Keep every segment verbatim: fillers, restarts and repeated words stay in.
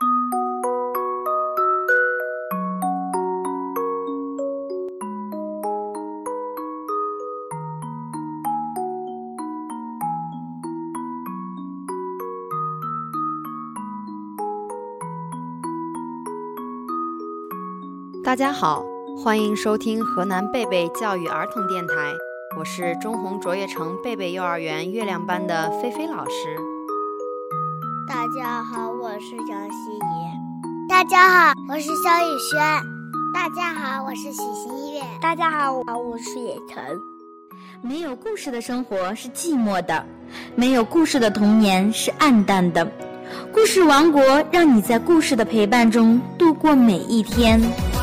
大家好，欢迎收听河南贝贝教育儿童电台，我是中红卓越城贝贝幼儿园月亮班的菲菲老师。 大家好，我是杨希怡。大家好，我是肖宇轩。大家好，我是许新月。 大家好，我是野晨。 没有故事的生活是寂寞的，没有故事的童年是暗淡的。故事王国让你在故事的陪伴中度过每一天。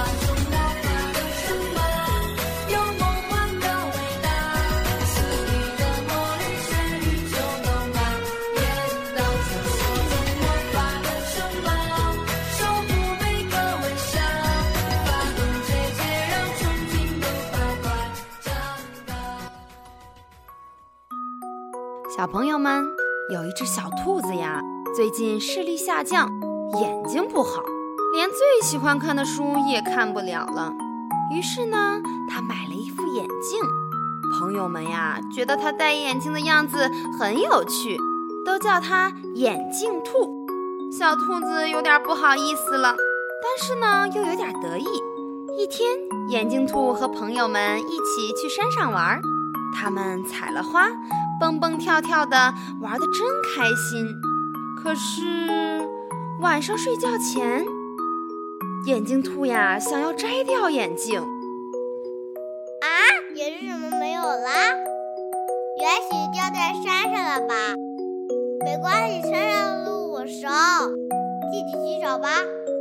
小朋友们，有一只小兔子呀，最近视力下降，眼睛不好，连最喜欢看的书也看不了了。于是呢，他买了一副眼镜。朋友们呀，觉得他戴眼镜的样子很有趣，都叫他眼镜兔。小兔子有点不好意思了，但是呢，又有点得意。一天，眼镜兔和朋友们一起去山上玩，他们采了花，蹦蹦跳跳的玩得真开心。可是晚上睡觉前，眼镜兔呀想要摘掉眼镜。 啊，眼镜怎么没有啦？也许掉在山上了吧？没关系，山上的路我熟，自己去找吧。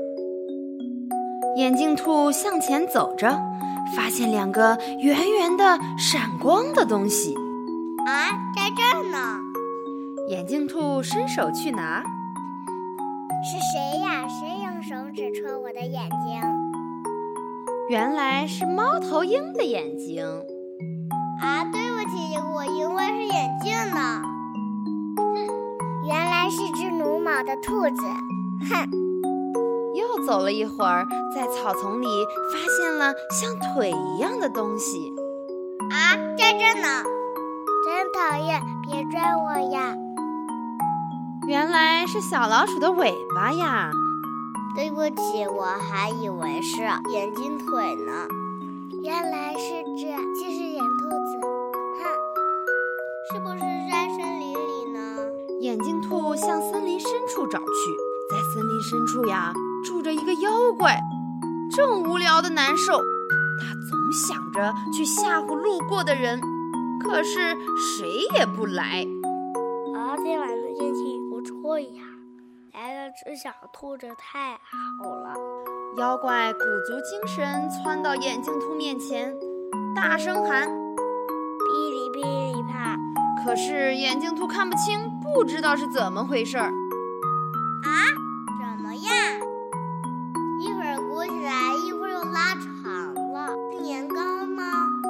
眼镜兔向前走着，发现两个圆圆的闪光的东西。 啊，在这儿呢。 眼镜兔伸手去拿。 是谁呀？谁用手指戳我的眼睛？ 原来是猫头鹰的眼睛。 啊，对不起，我以为是眼镜呢。哼，原来是只撸毛的兔子。哼。 又走了一会儿，在草丛里发现了像腿一样的东西。 啊，在这呢。真讨厌，别拽我呀！ 原来是小老鼠的尾巴呀！ 对不起，我还以为是眼镜腿呢。原来是只近视眼兔子。哼，是不是在森林里呢？ 眼镜兔向森林深处找去，在森林深处呀，住着一个妖怪，正无聊的难受。他总想着去吓唬路过的人。可是谁也不来。 啊，今晚的天气不错呀，来了只小兔子太好了。 妖怪鼓足精神窜到眼镜兔面前，大声喊： 噼里噼里啪。 可是眼镜兔看不清，不知道是怎么回事儿。 啊，怎么样？一会儿鼓起来，一会儿又拉长了，是年糕吗？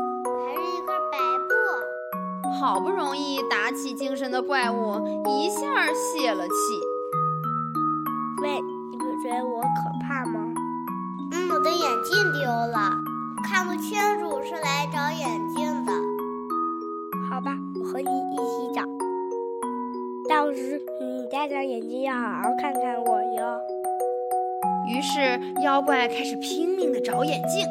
好不容易打起精神的怪物一下泄了气。 喂，你不觉得我可怕吗？ 嗯，我的眼镜丢了，看不清楚，是来找眼镜的。 好吧，我和你一起找。到时你戴上眼镜要好好看看我哟。 于是妖怪开始拼命地找眼镜。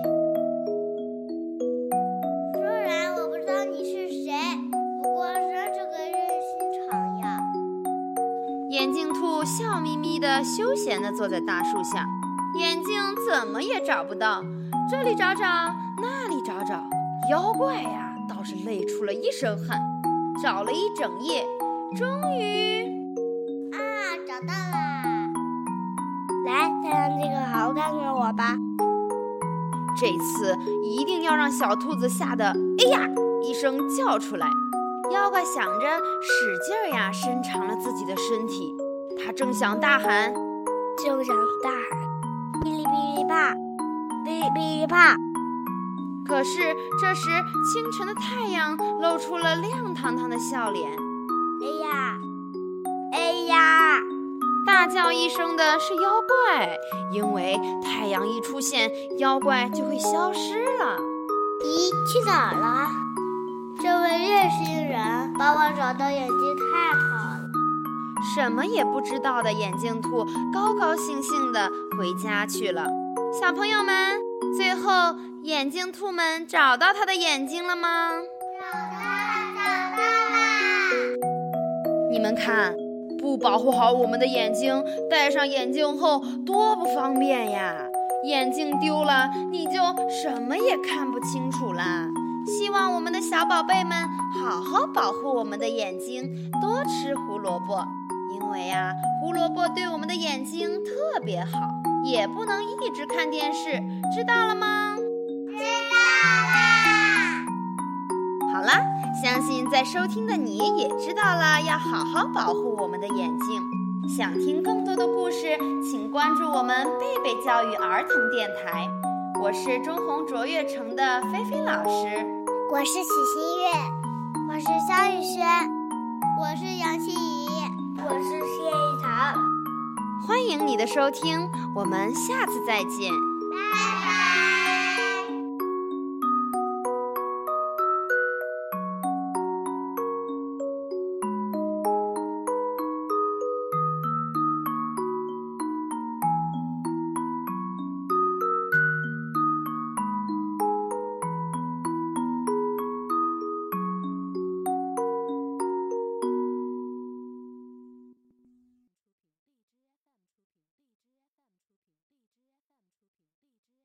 眼镜兔笑眯眯地休闲地坐在大树下，眼镜怎么也找不到，这里找找，那里找找，妖怪呀倒是累出了一身汗，找了一整夜，终于啊，找到啦！ 来，戴上这个好好看看我吧。 这次一定要让小兔子吓得哎呀一声叫出来。妖怪想着，使劲儿呀伸长了自己的身体，他正想大喊， 就想大喊，噼里噼里啪，噼里噼里啪。 可是这时清晨的太阳露出了亮堂堂的笑脸。 哎呀，哎呀！ 大叫一声的是妖怪，因为太阳一出现，妖怪就会消失了。 咦，去哪儿了？这位热心人帮我找到眼睛，太好了。 什么也不知道的眼镜兔高高兴兴地回家去了。小朋友们，最后眼镜兔们找到他的眼睛了吗？ 找到了，找到了。 你们看，不保护好我们的眼睛，戴上眼镜后多不方便呀！眼镜丢了，你就什么也看不清楚啦。希望我们的小宝贝们好好保护我们的眼睛，多吃胡萝卜，因为啊，胡萝卜对我们的眼睛特别好。也不能一直看电视，知道了吗？ 知道啦。 好啦，相信在收听的你也知道了，要好好保护我们的眼睛。想听更多的故事，请关注我们贝贝教育儿童电台。我是中红卓越城的菲菲老师， 我是许新月，我是肖雨轩，我是杨希怡， 我是谢一桃。 欢迎你的收听，我们下次再见。